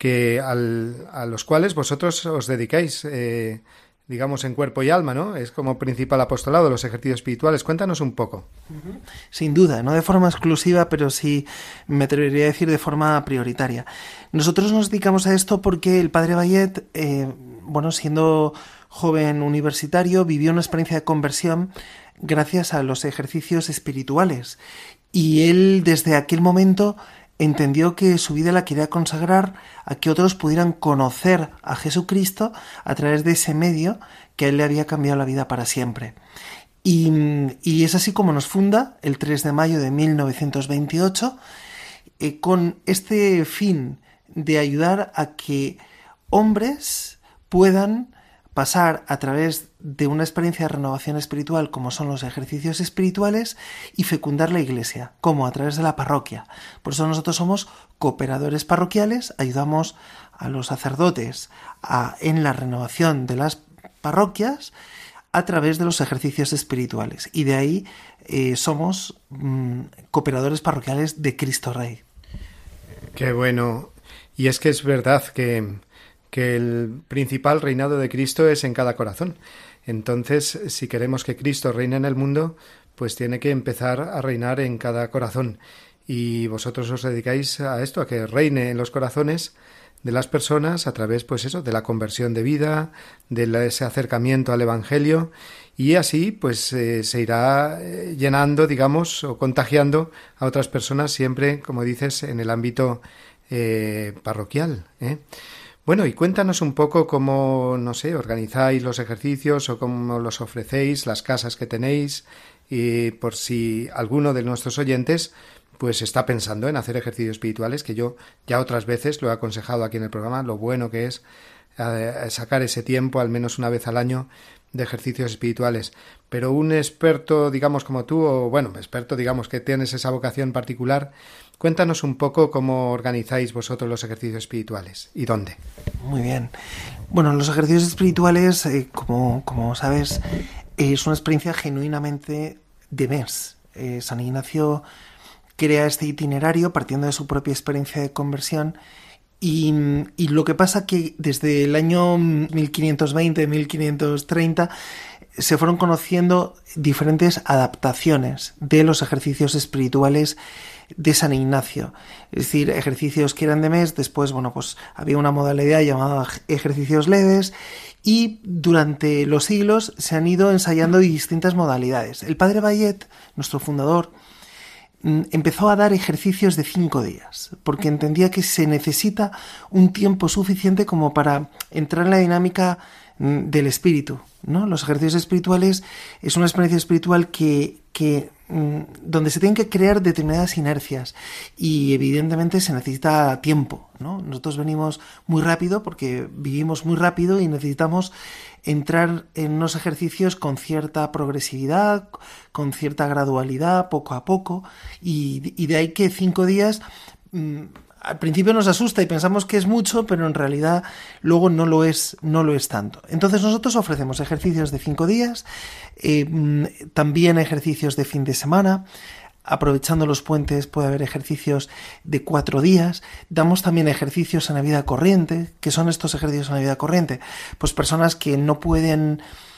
Speaker 2: a los cuales vosotros os dedicáis, digamos, en cuerpo y alma, ¿no? Es como principal apostolado los ejercicios espirituales. Cuéntanos un poco.
Speaker 10: Sin duda, no de forma exclusiva, pero sí, me atrevería a decir, de forma prioritaria. Nosotros nos dedicamos a esto porque el Padre Vallet, siendo joven universitario, vivió una experiencia de conversión gracias a los ejercicios espirituales. Y él, desde aquel momento, entendió que su vida la quería consagrar a que otros pudieran conocer a Jesucristo a través de ese medio que a él le había cambiado la vida para siempre. Y es así como nos funda el 3 de mayo de 1928 con este fin de ayudar a que hombres puedan pasar a través de una experiencia de renovación espiritual como son los ejercicios espirituales y fecundar la Iglesia, como a través de la parroquia. Por eso nosotros somos cooperadores parroquiales, ayudamos a los sacerdotes en la renovación de las parroquias a través de los ejercicios espirituales. Y de ahí somos cooperadores parroquiales de Cristo Rey.
Speaker 2: Qué bueno. Y es que es verdad que el principal reinado de Cristo es en cada corazón. Entonces, si queremos que Cristo reine en el mundo, pues tiene que empezar a reinar en cada corazón. Y vosotros os dedicáis a esto, a que reine en los corazones de las personas a través, pues eso, de la conversión de vida, de ese acercamiento al Evangelio, y así, pues se irá llenando, digamos, o contagiando a otras personas siempre, como dices, en el ámbito parroquial, ¿eh? Bueno, y cuéntanos un poco cómo, organizáis los ejercicios o cómo los ofrecéis, las casas que tenéis, y por si alguno de nuestros oyentes pues está pensando en hacer ejercicios espirituales, que yo ya otras veces lo he aconsejado aquí en el programa, lo bueno que es sacar ese tiempo, al menos una vez al año, de ejercicios espirituales. Pero un experto, digamos, como tú, experto, digamos, que tienes esa vocación particular, cuéntanos un poco cómo organizáis vosotros los ejercicios espirituales y dónde.
Speaker 10: Muy bien. Bueno, los ejercicios espirituales, como sabes, es una experiencia genuinamente de mes. San Ignacio crea este itinerario partiendo de su propia experiencia de conversión y lo que pasa que desde el año 1520-1530 se fueron conociendo diferentes adaptaciones de los ejercicios espirituales de San Ignacio, es decir, ejercicios que eran de mes. Después, pues había una modalidad llamada ejercicios leves, y durante los siglos se han ido ensayando distintas modalidades. El padre Bayet, nuestro fundador, empezó a dar ejercicios de 5 días, porque entendía que se necesita un tiempo suficiente como para entrar en la dinámica del espíritu, ¿no? Los ejercicios espirituales es una experiencia espiritual que donde se tienen que crear determinadas inercias, y evidentemente se necesita tiempo, ¿no? Nosotros venimos muy rápido porque vivimos muy rápido y necesitamos entrar en unos ejercicios con cierta progresividad, con cierta gradualidad, poco a poco, y de ahí que 5 días al principio nos asusta y pensamos que es mucho, pero en realidad luego no lo es tanto. Entonces nosotros ofrecemos ejercicios de 5 días, también ejercicios de fin de semana. Aprovechando los puentes puede haber ejercicios de 4 días. Damos también ejercicios en la vida corriente. ¿Qué son estos ejercicios en la vida corriente? Pues personas que no pueden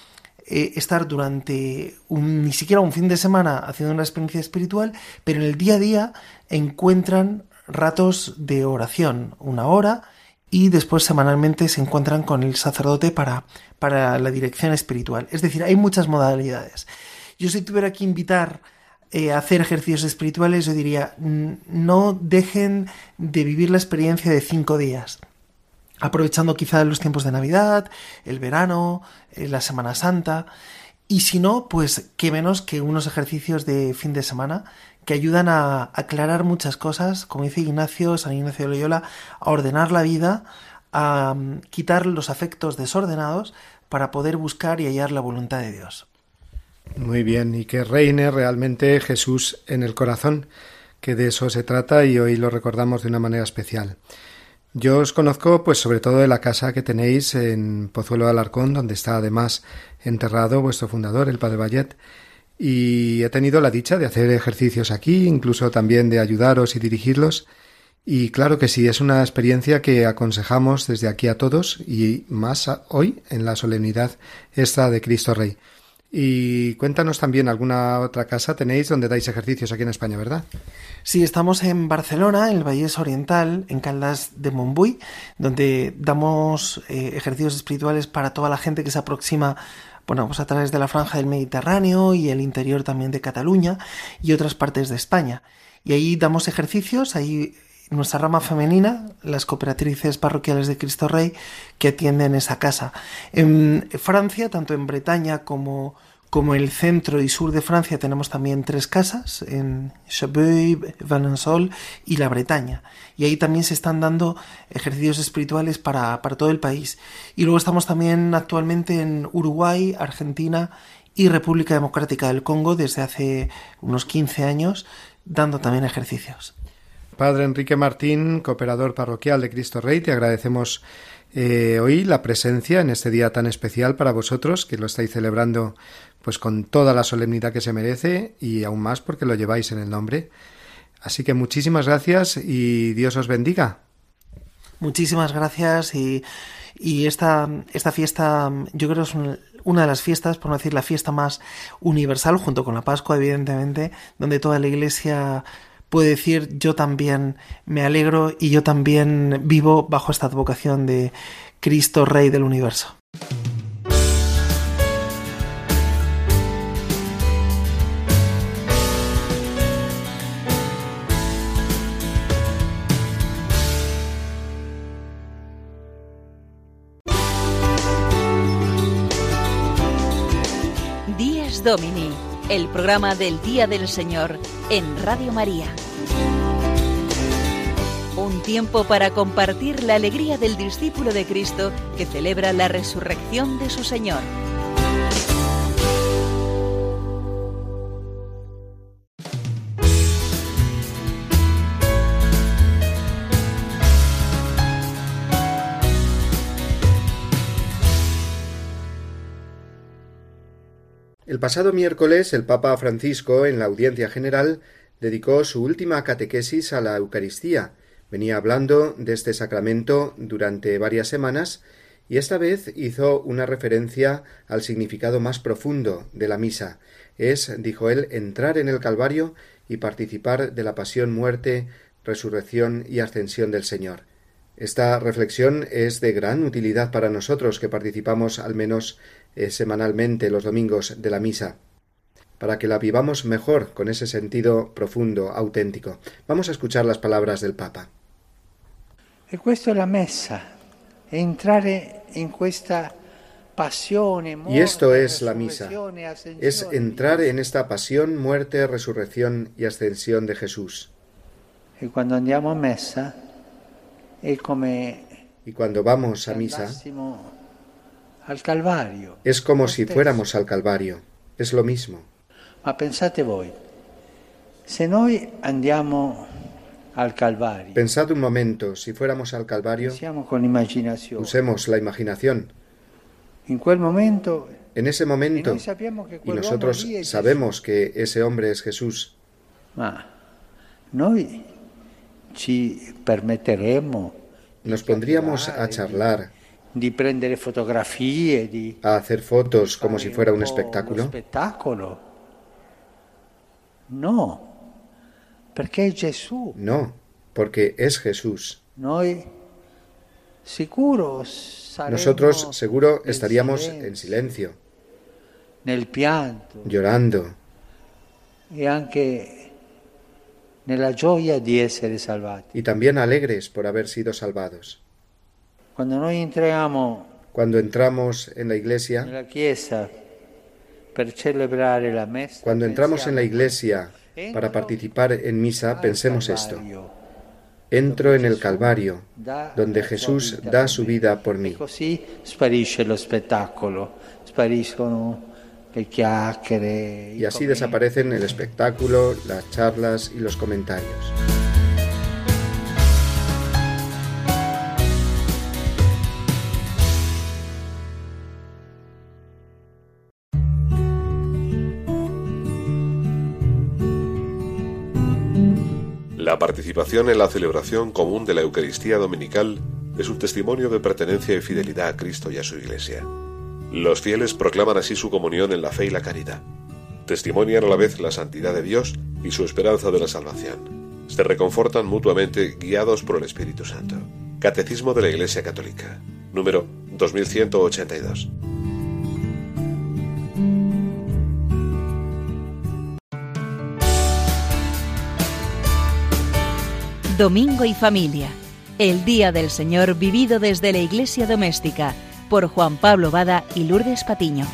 Speaker 10: estar durante ni siquiera un fin de semana haciendo una experiencia espiritual, pero en el día a día encuentran ratos de oración, 1 hora, y después semanalmente se encuentran con el sacerdote para la dirección espiritual. Es decir, hay muchas modalidades. Yo, si tuviera que invitar a hacer ejercicios espirituales, yo diría, no dejen de vivir la experiencia de 5 días, aprovechando quizá los tiempos de Navidad, el verano, la Semana Santa, y si no, pues qué menos que unos ejercicios de fin de semana que ayudan a aclarar muchas cosas, como dice San Ignacio de Loyola, a ordenar la vida, a quitar los afectos desordenados para poder buscar y hallar la voluntad de Dios.
Speaker 2: Muy bien, y que reine realmente Jesús en el corazón, que de eso se trata, y hoy lo recordamos de una manera especial. Yo os conozco pues sobre todo de la casa que tenéis en Pozuelo de Alarcón, donde está además enterrado vuestro fundador, el padre Bayet, y he tenido la dicha de hacer ejercicios aquí, incluso también de ayudaros y dirigirlos, y claro que sí, es una experiencia que aconsejamos desde aquí a todos, y más hoy en la solemnidad esta de Cristo Rey. Y cuéntanos también, alguna otra casa tenéis donde dais ejercicios aquí en España, ¿verdad?
Speaker 10: Sí, estamos en Barcelona, en el Vallès Oriental, en Caldas de Montbui, donde damos ejercicios espirituales para toda la gente que se aproxima, pues a través de la franja del Mediterráneo y el interior también de Cataluña y otras partes de España. Y ahí damos ejercicios, ahí nuestra rama femenina, las cooperatrices parroquiales de Cristo Rey, que atienden esa casa. En Francia, tanto en Bretaña como el centro y sur de Francia, tenemos también 3 casas, en Chebuy, Valençol y la Bretaña. Y ahí también se están dando ejercicios espirituales para todo el país. Y luego estamos también actualmente en Uruguay, Argentina y República Democrática del Congo desde hace unos 15 años, dando también ejercicios.
Speaker 2: Padre Enrique Martín, cooperador parroquial de Cristo Rey, te agradecemos hoy la presencia en este día tan especial para vosotros, que lo estáis celebrando pues con toda la solemnidad que se merece, y aún más porque lo lleváis en el nombre. Así que muchísimas gracias y Dios os bendiga.
Speaker 10: Muchísimas gracias, y esta fiesta yo creo es una de las fiestas, por no decir la fiesta más universal, junto con la Pascua evidentemente, donde toda la Iglesia puede decir: yo también me alegro y yo también vivo bajo esta advocación de Cristo Rey del universo.
Speaker 1: Dies Domini, el programa del Día del Señor en Radio María. Un tiempo para compartir la alegría del discípulo de Cristo que celebra la resurrección de su Señor.
Speaker 2: El pasado miércoles, el Papa Francisco, en la audiencia general, dedicó su última catequesis a la Eucaristía. Venía hablando de este sacramento durante varias semanas Y esta vez hizo una referencia al significado más profundo de la misa. Es, dijo él, entrar en el Calvario y participar de la pasión, muerte, resurrección y ascensión del Señor. Esta reflexión es de gran utilidad para nosotros que participamos al menos semanalmente los domingos de la misa, para que la vivamos mejor con ese sentido profundo, auténtico. Vamos a escuchar las palabras del Papa.
Speaker 11: E questo è la messa, entrare in questa passione,
Speaker 2: y esto es la misa, es entrar en esta pasión, muerte, resurrección y ascensión de Jesús.
Speaker 11: Y cuando andiamo a messa, è come
Speaker 2: y cuando vamos a misa,
Speaker 11: al Calvario,
Speaker 2: es como si fuéramos al Calvario, es lo mismo.
Speaker 11: Ma pensate voi, se noi andiamo al Calvario,
Speaker 2: pensad un momento, si fuéramos al Calvario, usemos la imaginación.
Speaker 11: En quel momento,
Speaker 2: en ese momento, y nosotros sabemos que ese hombre es Jesús.
Speaker 11: Ma noi ci permetteremo,
Speaker 2: nos pondríamos a charlar,
Speaker 11: di prendere fotografie,
Speaker 2: a hacer fotos como si fuera un espectáculo.
Speaker 11: No, perché è Gesù.
Speaker 2: No, porque es Jesús. Nosotros seguro estaríamos en silencio,
Speaker 11: nel pianto,
Speaker 2: llorando,
Speaker 11: e anche nella gioia di essere salvati.
Speaker 2: Y también alegres por haber sido salvados.
Speaker 11: Cuando
Speaker 2: entramos en la iglesia,
Speaker 11: nella chiesa, per celebrare la messa,
Speaker 2: cuando entramos en la iglesia para participar en misa, pensemos esto: entro en el Calvario, donde Jesús da su vida por mí.
Speaker 11: Così sparisce lo spettacolo, spariscono le chiacchiere.
Speaker 2: Y así desaparecen el espectáculo, las charlas y los comentarios.
Speaker 8: La participación en la celebración común de la Eucaristía Dominical es un testimonio de pertenencia y fidelidad a Cristo y a su Iglesia. Los fieles proclaman así su comunión en la fe y la caridad. Testimonian a la vez la santidad de Dios y su esperanza de la salvación. Se reconfortan mutuamente guiados por el Espíritu Santo. Catecismo de la Iglesia Católica, número 2182.
Speaker 1: Domingo y Familia, el Día del Señor vivido desde la Iglesia Doméstica, por Juan Pablo Bada y Lourdes Patiño.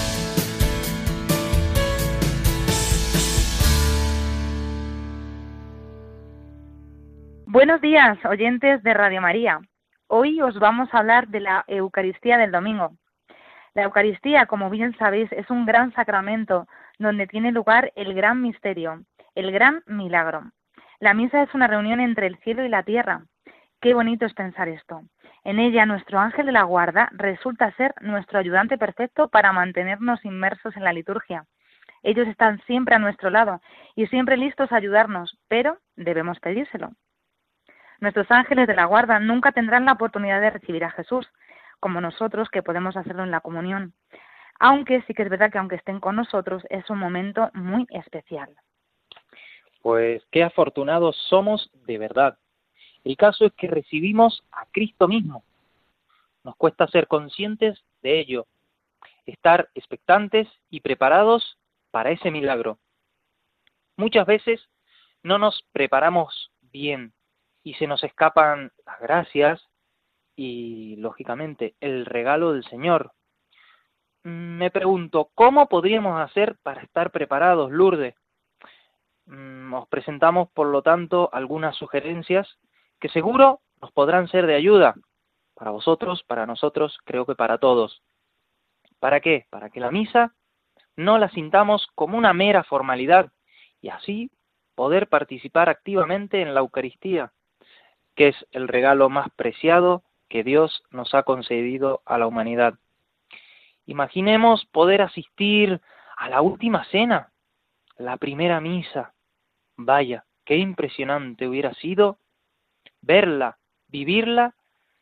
Speaker 12: Buenos días, oyentes de Radio María. Hoy os vamos a hablar de la Eucaristía del domingo. La Eucaristía, como bien sabéis, es un gran sacramento donde tiene lugar el gran misterio, el gran milagro. La misa es una reunión entre el cielo y la tierra. Qué bonito es pensar esto. En ella nuestro ángel de la guarda resulta ser nuestro ayudante perfecto para mantenernos inmersos en la liturgia. Ellos están siempre a nuestro lado y siempre listos a ayudarnos, pero debemos pedírselo. Nuestros ángeles de la guarda nunca tendrán la oportunidad de recibir a Jesús, como nosotros que podemos hacerlo en la comunión. Aunque sí que es verdad que aunque estén con nosotros es un momento muy especial.
Speaker 13: Pues qué afortunados somos de verdad. El caso es que recibimos a Cristo mismo. Nos cuesta ser conscientes de ello, estar expectantes y preparados para ese milagro. Muchas veces no nos preparamos bien y se nos escapan las gracias y, lógicamente, el regalo del Señor. Me pregunto, ¿cómo podríamos hacer para estar preparados, Lourdes? Os presentamos, por lo tanto, algunas sugerencias que seguro nos podrán ser de ayuda para vosotros, para nosotros, creo que para todos. ¿Para qué? Para que la misa no la sintamos como una mera formalidad y así poder participar activamente en la Eucaristía, que es el regalo más preciado que Dios nos ha concedido a la humanidad. Imaginemos poder asistir a la última cena, la primera misa. Vaya, qué impresionante hubiera sido verla, vivirla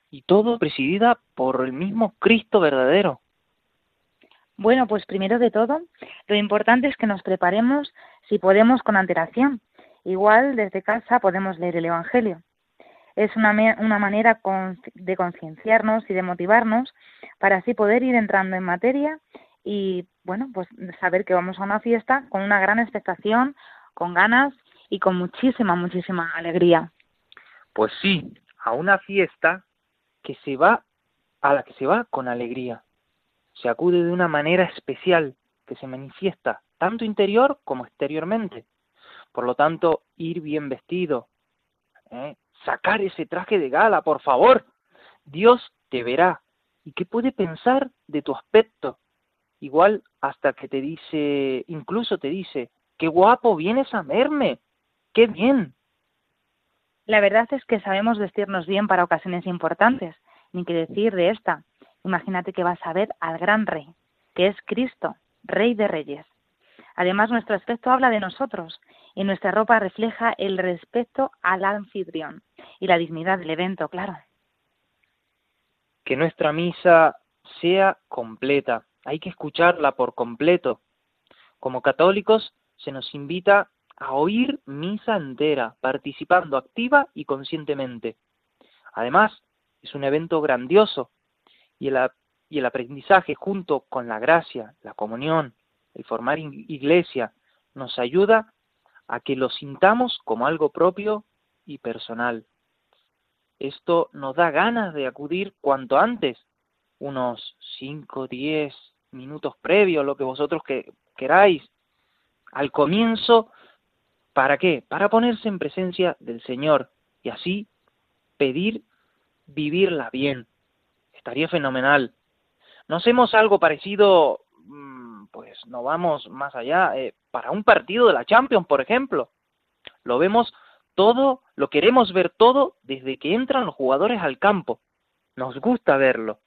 Speaker 13: y todo presidida por el mismo Cristo verdadero.
Speaker 12: Bueno, pues primero de todo, lo importante es que nos preparemos, si podemos, con antelación. Igual desde casa podemos leer el Evangelio. Es una manera de concienciarnos y de motivarnos para así poder ir entrando en materia y, bueno, pues saber que vamos a una fiesta con una gran expectación, con ganas y con muchísima, muchísima alegría.
Speaker 13: Pues sí, a una fiesta a la que se va con alegría. Se acude de una manera especial que se manifiesta tanto interior como exteriormente. Por lo tanto, ir bien vestido, sacar ese traje de gala, por favor. Dios te verá. ¿Y qué puede pensar de tu aspecto? Igual hasta que incluso te dice, ¡qué guapo vienes a verme! ¡Qué bien!
Speaker 12: La verdad es que sabemos vestirnos bien para ocasiones importantes, ni qué decir de esta. Imagínate que vas a ver al gran Rey, que es Cristo, Rey de Reyes. Además, nuestro aspecto habla de nosotros y nuestra ropa refleja el respeto al anfitrión y la dignidad del evento, claro.
Speaker 13: Que nuestra misa sea completa, hay que escucharla por completo. Como católicos se nos invita a oír misa entera, participando activa y conscientemente. Además, es un evento grandioso y el aprendizaje junto con la gracia, la comunión, el formar iglesia, nos ayuda a que lo sintamos como algo propio y personal. Esto nos da ganas de acudir cuanto antes, unos 5, 10 minutos previos, lo que vosotros queráis, al comienzo. ¿Para qué? Para ponerse en presencia del Señor y así pedir vivirla bien. Estaría fenomenal. ¿No hacemos algo parecido? Pues no vamos más allá. Para un partido de la Champions, por ejemplo. Lo vemos todo, lo queremos ver todo desde que entran los jugadores al campo. Nos gusta verlo.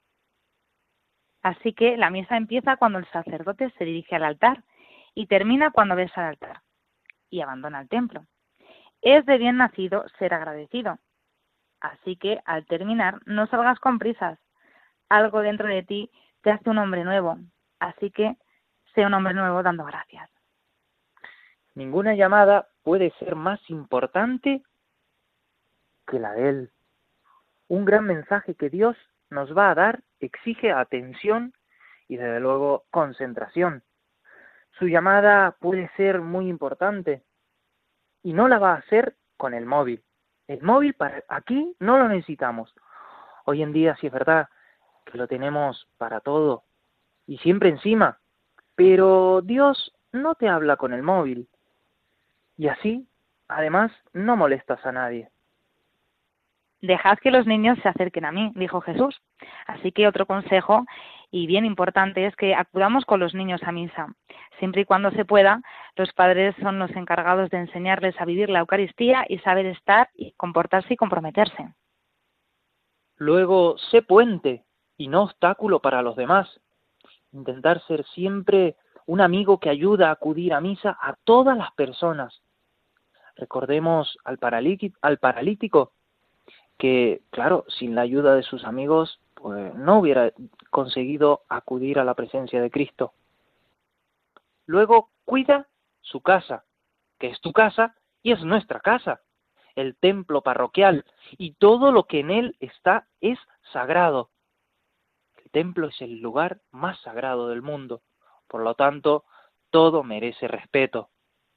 Speaker 12: Así que la misa empieza cuando el sacerdote se dirige al altar y termina cuando besa al altar y abandona el templo. Es de bien nacido ser agradecido. Así que al terminar no salgas con prisas. Algo dentro de ti te hace un hombre nuevo. Así que sé un hombre nuevo dando gracias.
Speaker 13: Ninguna llamada puede ser más importante que la de Él. Un gran mensaje que Dios nos va a dar exige atención y desde luego concentración. Su llamada puede ser muy importante y no la va a hacer con el móvil. El móvil para aquí no lo necesitamos. Hoy en día sí es verdad que lo tenemos para todo y siempre encima, pero Dios no te habla con el móvil y así, además, no molestas a nadie.
Speaker 12: Dejad que los niños se acerquen a mí, dijo Jesús. Así que otro consejo y bien importante es que acudamos con los niños a misa. Siempre y cuando se pueda, los padres son los encargados de enseñarles a vivir la Eucaristía y saber estar y comportarse y comprometerse.
Speaker 13: Luego, sé puente y no obstáculo para los demás. Intentar ser siempre un amigo que ayuda a acudir a misa a todas las personas. Recordemos al paralítico que, claro, sin la ayuda de sus amigos, pues no hubiera conseguido acudir a la presencia de Cristo. Luego, cuida su casa, que es tu casa y es nuestra casa, el templo parroquial, y todo lo que en él está es sagrado. El templo es el lugar más sagrado del mundo, por lo tanto, todo merece respeto.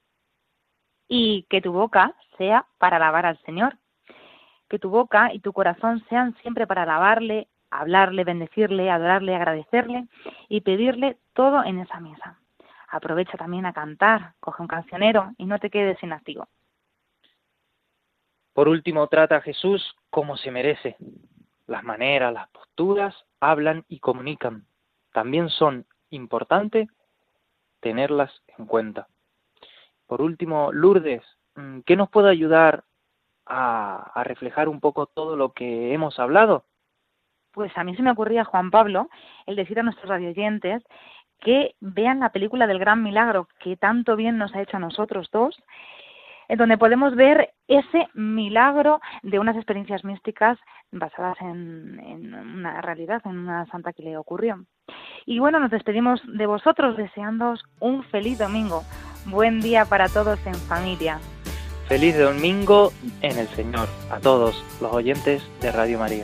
Speaker 12: Y que tu boca sea para alabar al Señor. Que tu boca y tu corazón sean siempre para alabarle, hablarle, bendecirle, adorarle, agradecerle y pedirle todo en esa misa. Aprovecha también a cantar, coge un cancionero y no te quedes inactivo.
Speaker 13: Por último, trata a Jesús como se merece. Las maneras, las posturas hablan y comunican. También son importantes tenerlas en cuenta. Por último, Lourdes, ¿qué nos puede ayudar a reflejar un poco todo lo que hemos hablado?
Speaker 12: Pues a mí se me ocurría, Juan Pablo, el decir a nuestros radioyentes que vean la película del Gran Milagro, que tanto bien nos ha hecho a nosotros dos, donde podemos ver ese milagro de unas experiencias místicas basadas en una realidad, en una santa que le ocurrió. Y bueno, nos despedimos de vosotros deseándoos un feliz domingo. Buen día para todos en familia.
Speaker 13: Feliz domingo en el Señor a todos los oyentes de Radio María.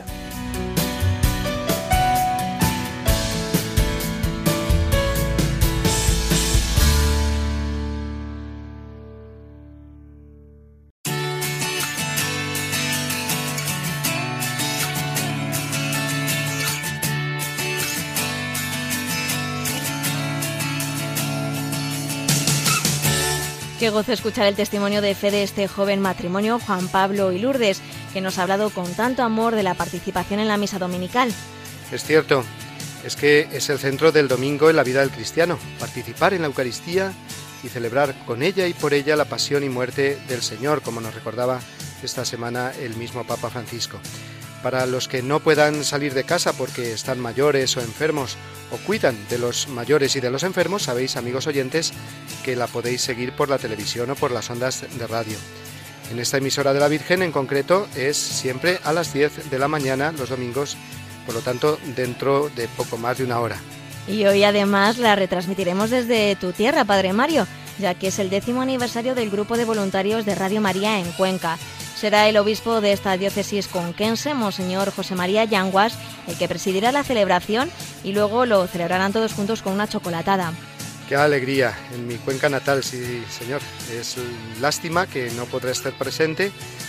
Speaker 3: Qué gozo escuchar el testimonio de fe de este joven matrimonio, Juan Pablo y Lourdes, que nos ha hablado con tanto amor de la participación en la misa dominical.
Speaker 2: Es cierto, es que es el centro del domingo en la vida del cristiano, participar en la Eucaristía y celebrar con ella y por ella la pasión y muerte del Señor, como nos recordaba esta semana el mismo Papa Francisco. Para los que no puedan salir de casa porque están mayores o enfermos o cuidan de los mayores y de los enfermos, sabéis, amigos oyentes, que la podéis seguir por la televisión o por las ondas de radio. En esta emisora de la Virgen en concreto es siempre a las 10 de la mañana los domingos, por lo tanto dentro de poco más de una hora.
Speaker 3: Y hoy además la retransmitiremos desde tu tierra, Padre Mario, ya que es el 10º aniversario del grupo de voluntarios de Radio María en Cuenca. Será el obispo de esta diócesis conquense, Monseñor José María Yanguas, el que presidirá la celebración y luego lo celebrarán todos juntos con una chocolatada.
Speaker 2: ¡Qué alegría! En mi Cuenca natal, sí, señor. Es lástima que no podrá estar presente,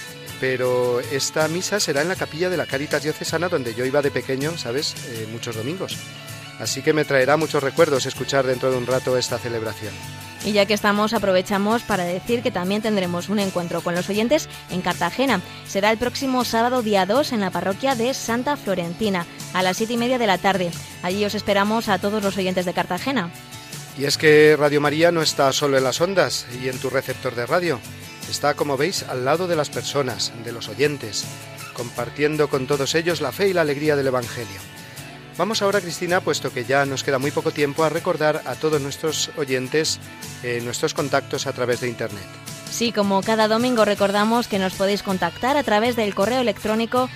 Speaker 2: pero esta misa será en la capilla de la Cáritas Diocesana, donde yo iba de pequeño, ¿sabes?, muchos domingos. Así que me traerá muchos recuerdos escuchar dentro de un rato esta celebración.
Speaker 3: Y ya que estamos, aprovechamos para decir que también tendremos un encuentro con los oyentes en Cartagena. Será el próximo sábado día 2 en la parroquia de Santa Florentina, a las 7:30 de la tarde. Allí os esperamos a todos los oyentes de Cartagena.
Speaker 2: Y es que Radio María no está solo en las ondas y en tu receptor de radio. Está, como veis, al lado de las personas, de los oyentes, compartiendo con todos ellos la fe y la alegría del Evangelio. Vamos ahora, Cristina, puesto que ya nos queda muy poco tiempo, a recordar a todos nuestros oyentes nuestros contactos a través de Internet.
Speaker 3: Sí, como cada domingo recordamos que nos podéis contactar a través del correo electrónico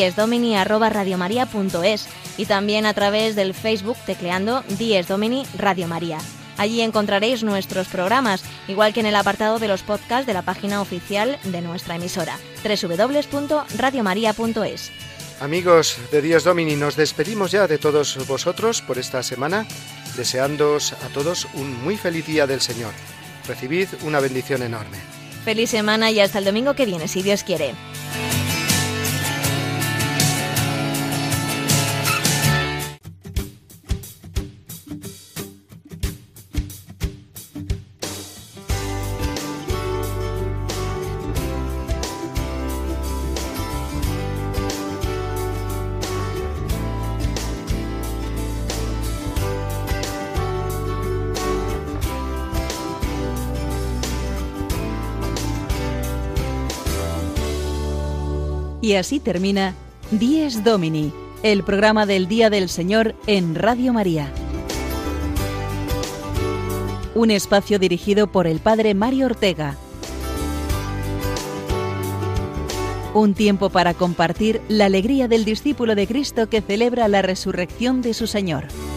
Speaker 3: diesdomini@radiomaria.es y también a través del Facebook tecleando Dies Domini Radio María. Allí encontraréis nuestros programas, igual que en el apartado de los podcasts de la página oficial de nuestra emisora, www.radiomaria.es.
Speaker 2: Amigos de Dies Domini, nos despedimos ya de todos vosotros por esta semana, deseándoos a todos un muy feliz día del Señor. Recibid una bendición enorme.
Speaker 3: Feliz semana y hasta el domingo que viene, si Dios quiere.
Speaker 1: Y así termina Dies Domini, el programa del Día del Señor en Radio María. Un espacio dirigido por el Padre Mario Ortega. Un tiempo para compartir la alegría del discípulo de Cristo que celebra la resurrección de su Señor.